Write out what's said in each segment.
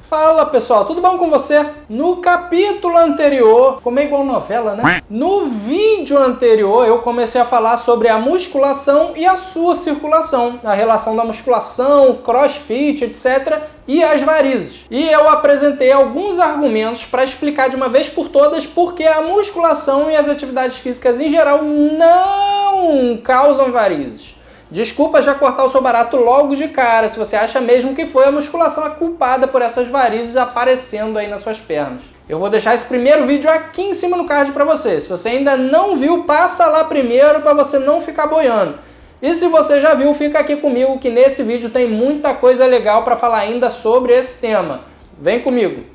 Fala pessoal, tudo bom com você? No capítulo anterior, como é igual novela, né? No vídeo anterior eu comecei a falar sobre a musculação e a sua circulação, a relação da musculação, crossfit, etc. e as varizes. E eu apresentei alguns argumentos para explicar de uma vez por todas por que a musculação e as atividades físicas em geral não causam varizes. Desculpa já cortar o seu barato logo de cara, se você acha mesmo que foi a musculação a culpada por essas varizes aparecendo aí nas suas pernas. Eu vou deixar esse primeiro vídeo aqui em cima no card para você. Se você ainda não viu, passa lá primeiro para você não ficar boiando. E se você já viu, fica aqui comigo que nesse vídeo tem muita coisa legal para falar ainda sobre esse tema. Vem comigo!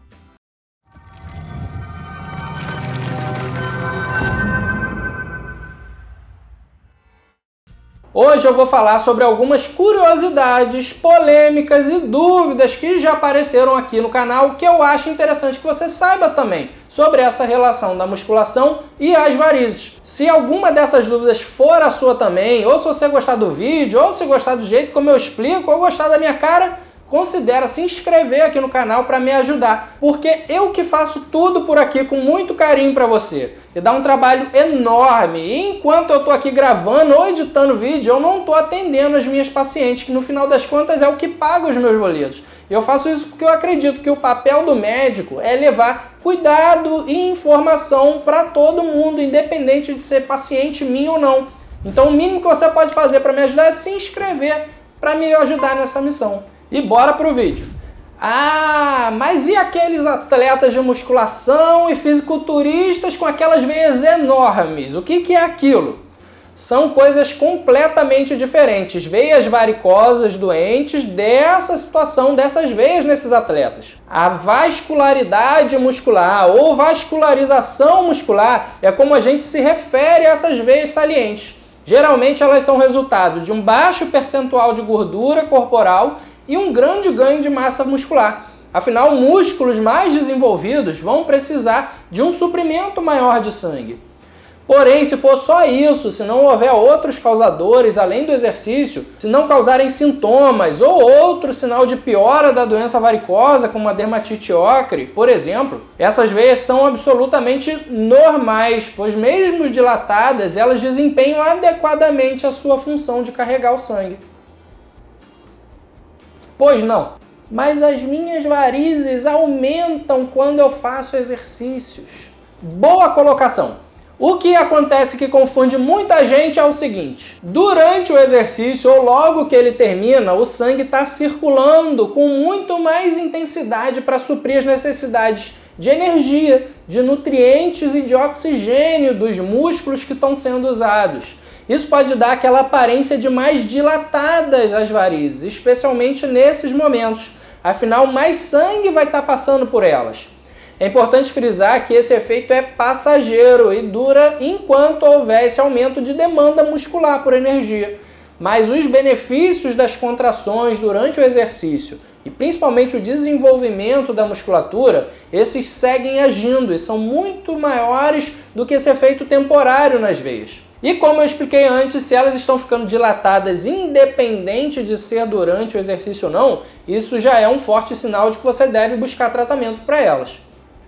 Hoje eu vou falar sobre algumas curiosidades, polêmicas e dúvidas que já apareceram aqui no canal que eu acho interessante que você saiba também sobre essa relação da musculação e as varizes. Se alguma dessas dúvidas for a sua também, ou se você gostar do vídeo, ou se gostar do jeito como eu explico, ou gostar da minha cara, considera se inscrever aqui no canal para me ajudar, porque eu que faço tudo por aqui com muito carinho para você. E dá um trabalho enorme. E enquanto eu tô aqui gravando ou editando vídeo, eu não tô atendendo as minhas pacientes, que no final das contas é o que paga os meus boletos. E eu faço isso porque eu acredito que o papel do médico é levar cuidado e informação para todo mundo, independente de ser paciente minha ou não. Então o mínimo que você pode fazer para me ajudar é se inscrever para me ajudar nessa missão. E bora pro vídeo. Ah, mas e aqueles atletas de musculação e fisiculturistas com aquelas veias enormes? O que é aquilo? São coisas completamente diferentes. Veias varicosas doentes dessa situação, dessas veias nesses atletas. A vascularidade muscular ou vascularização muscular é como a gente se refere a essas veias salientes. Geralmente elas são resultado de um baixo percentual de gordura corporal e um grande ganho de massa muscular. Afinal, músculos mais desenvolvidos vão precisar de um suprimento maior de sangue. Porém, se for só isso, se não houver outros causadores além do exercício, se não causarem sintomas ou outro sinal de piora da doença varicosa, como a dermatite ocre, por exemplo, essas veias são absolutamente normais, pois mesmo dilatadas, elas desempenham adequadamente a sua função de carregar o sangue. Pois não, mas as minhas varizes aumentam quando eu faço exercícios. Boa colocação! O que acontece que confunde muita gente é o seguinte: durante o exercício ou logo que ele termina, o sangue está circulando com muito mais intensidade para suprir as necessidades de energia, de nutrientes e de oxigênio dos músculos que estão sendo usados. Isso pode dar aquela aparência de mais dilatadas as varizes, especialmente nesses momentos. Afinal, mais sangue vai estar passando por elas. É importante frisar que esse efeito é passageiro e dura enquanto houver esse aumento de demanda muscular por energia. Mas os benefícios das contrações durante o exercício e principalmente o desenvolvimento da musculatura, esses seguem agindo e são muito maiores do que esse efeito temporário nas veias. E como eu expliquei antes, se elas estão ficando dilatadas independente de ser durante o exercício ou não, isso já é um forte sinal de que você deve buscar tratamento para elas.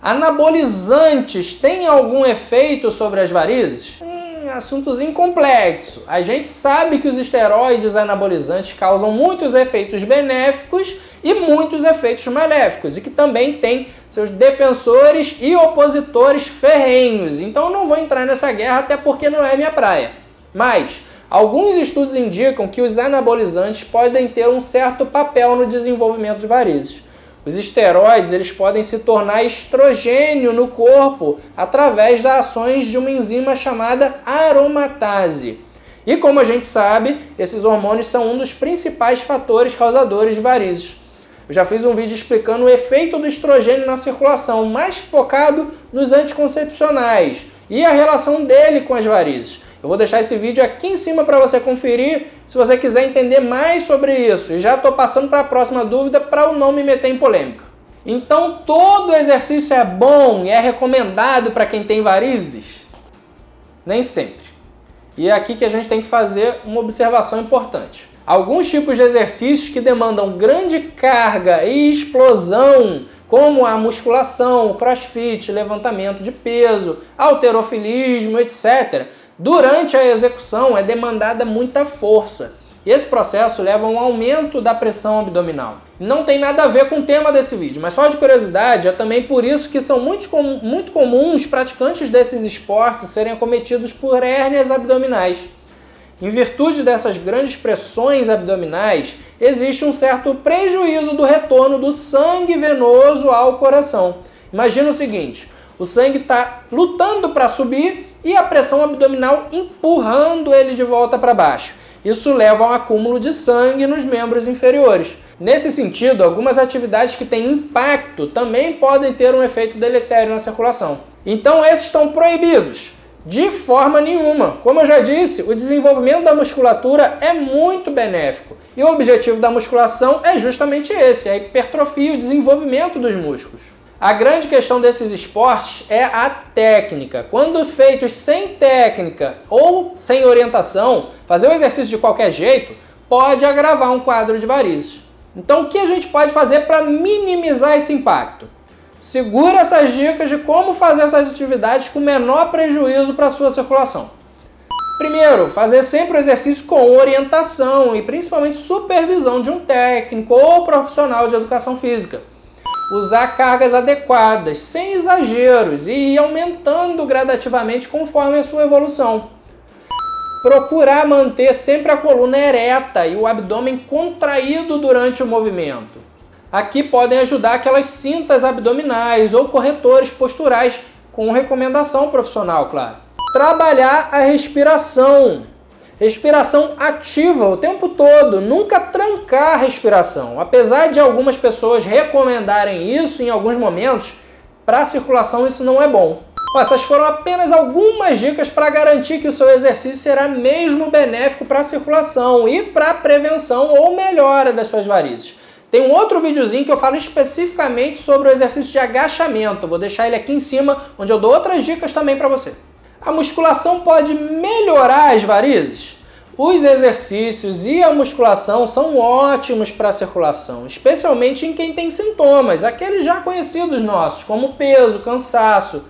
Anabolizantes têm algum efeito sobre as varizes? Assuntozinho complexo. A gente sabe que os esteroides anabolizantes causam muitos efeitos benéficos e muitos efeitos maléficos e que também têm seus defensores e opositores ferrenhos. Então eu não vou entrar nessa guerra até porque não é minha praia. Mas alguns estudos indicam que os anabolizantes podem ter um certo papel no desenvolvimento de varizes. Os esteroides eles podem se tornar estrogênio no corpo através das ações de uma enzima chamada aromatase. E como a gente sabe, esses hormônios são um dos principais fatores causadores de varizes. Eu já fiz um vídeo explicando o efeito do estrogênio na circulação, mais focado nos anticoncepcionais e a relação dele com as varizes. Eu vou deixar esse vídeo aqui em cima para você conferir, se você quiser entender mais sobre isso. E já estou passando para a próxima dúvida para eu não me meter em polêmica. Então, todo exercício é bom e é recomendado para quem tem varizes? Nem sempre. E é aqui que a gente tem que fazer uma observação importante. Alguns tipos de exercícios que demandam grande carga e explosão, como a musculação, crossfit, levantamento de peso, halterofilismo, etc., durante a execução é demandada muita força. E esse processo leva a um aumento da pressão abdominal. Não tem nada a ver com o tema desse vídeo, mas só de curiosidade, é também por isso que são muito comuns praticantes desses esportes serem acometidos por hérnias abdominais. Em virtude dessas grandes pressões abdominais, existe um certo prejuízo do retorno do sangue venoso ao coração. Imagina o seguinte, o sangue está lutando para subir e a pressão abdominal empurrando ele de volta para baixo. Isso leva a um acúmulo de sangue nos membros inferiores. Nesse sentido, algumas atividades que têm impacto também podem ter um efeito deletério na circulação. Então, esses estão proibidos. De forma nenhuma. Como eu já disse, o desenvolvimento da musculatura é muito benéfico. E o objetivo da musculação é justamente esse, a hipertrofia, o desenvolvimento dos músculos. A grande questão desses esportes é a técnica. Quando feitos sem técnica ou sem orientação, fazer o exercício de qualquer jeito pode agravar um quadro de varizes. Então, o que a gente pode fazer para minimizar esse impacto? Segura essas dicas de como fazer essas atividades com menor prejuízo para a sua circulação. Primeiro, fazer sempre o exercício com orientação e principalmente supervisão de um técnico ou profissional de educação física. Usar cargas adequadas, sem exageros e ir aumentando gradativamente conforme a sua evolução. Procurar manter sempre a coluna ereta e o abdômen contraído durante o movimento. Aqui podem ajudar aquelas cintas abdominais ou corretores posturais, com recomendação profissional, claro. Trabalhar a respiração. Respiração ativa o tempo todo, nunca trancar a respiração. Apesar de algumas pessoas recomendarem isso em alguns momentos, para a circulação isso não é bom. Essas foram apenas algumas dicas para garantir que o seu exercício será mesmo benéfico para a circulação e para a prevenção ou melhora das suas varizes. Tem um outro videozinho que eu falo especificamente sobre o exercício de agachamento. Vou deixar ele aqui em cima, onde eu dou outras dicas também para você. A musculação pode melhorar as varizes? Os exercícios e a musculação são ótimos para a circulação, especialmente em quem tem sintomas, aqueles já conhecidos nossos, como peso, cansaço,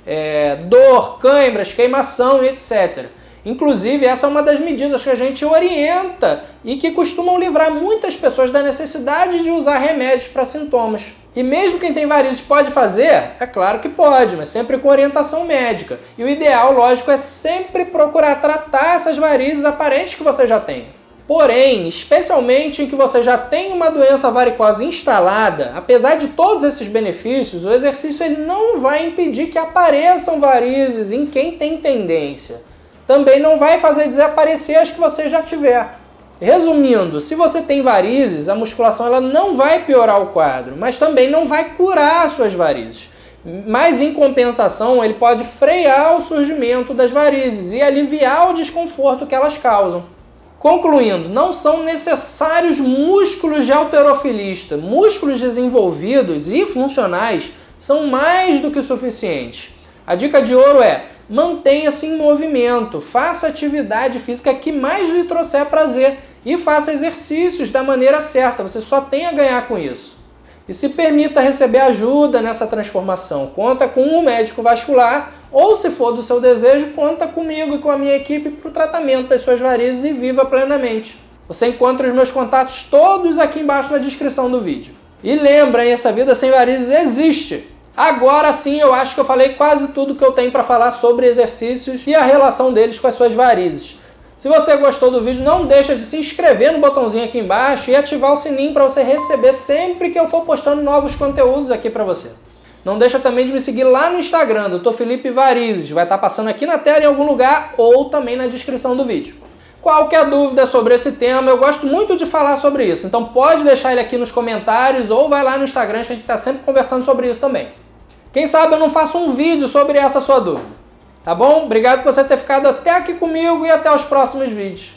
dor, câimbras, queimação e etc. Inclusive, essa é uma das medidas que a gente orienta e que costumam livrar muitas pessoas da necessidade de usar remédios para sintomas. E mesmo quem tem varizes pode fazer? É claro que pode, mas sempre com orientação médica. E o ideal, lógico, é sempre procurar tratar essas varizes aparentes que você já tem. Porém, especialmente em que você já tem uma doença varicosa instalada, apesar de todos esses benefícios, o exercício ele não vai impedir que apareçam varizes em quem tem tendência. Também não vai fazer desaparecer as que você já tiver. Resumindo, se você tem varizes, a musculação ela não vai piorar o quadro, mas também não vai curar as suas varizes. Mas, em compensação, ele pode frear o surgimento das varizes e aliviar o desconforto que elas causam. Concluindo, não são necessários músculos de halterofilista. Músculos desenvolvidos e funcionais são mais do que suficientes. A dica de ouro é: mantenha-se em movimento, faça atividade física que mais lhe trouxer prazer e faça exercícios da maneira certa, você só tem a ganhar com isso. E se permita receber ajuda nessa transformação. Conta com um médico vascular ou, se for do seu desejo, conta comigo e com a minha equipe para o tratamento das suas varizes e viva plenamente. Você encontra os meus contatos todos aqui embaixo na descrição do vídeo. E lembrem, essa vida sem varizes existe! Agora sim, eu acho que eu falei quase tudo que eu tenho para falar sobre exercícios e a relação deles com as suas varizes. Se você gostou do vídeo, não deixa de se inscrever no botãozinho aqui embaixo e ativar o sininho para você receber sempre que eu for postando novos conteúdos aqui para você. Não deixa também de me seguir lá no Instagram, Dr. Felipe Varizes. Vai estar passando aqui na tela em algum lugar ou também na descrição do vídeo. Qualquer dúvida sobre esse tema, eu gosto muito de falar sobre isso. Então pode deixar ele aqui nos comentários ou vai lá no Instagram, a gente está sempre conversando sobre isso também. Quem sabe eu não faço um vídeo sobre essa sua dúvida. Tá bom? Obrigado por você ter ficado até aqui comigo e até os próximos vídeos.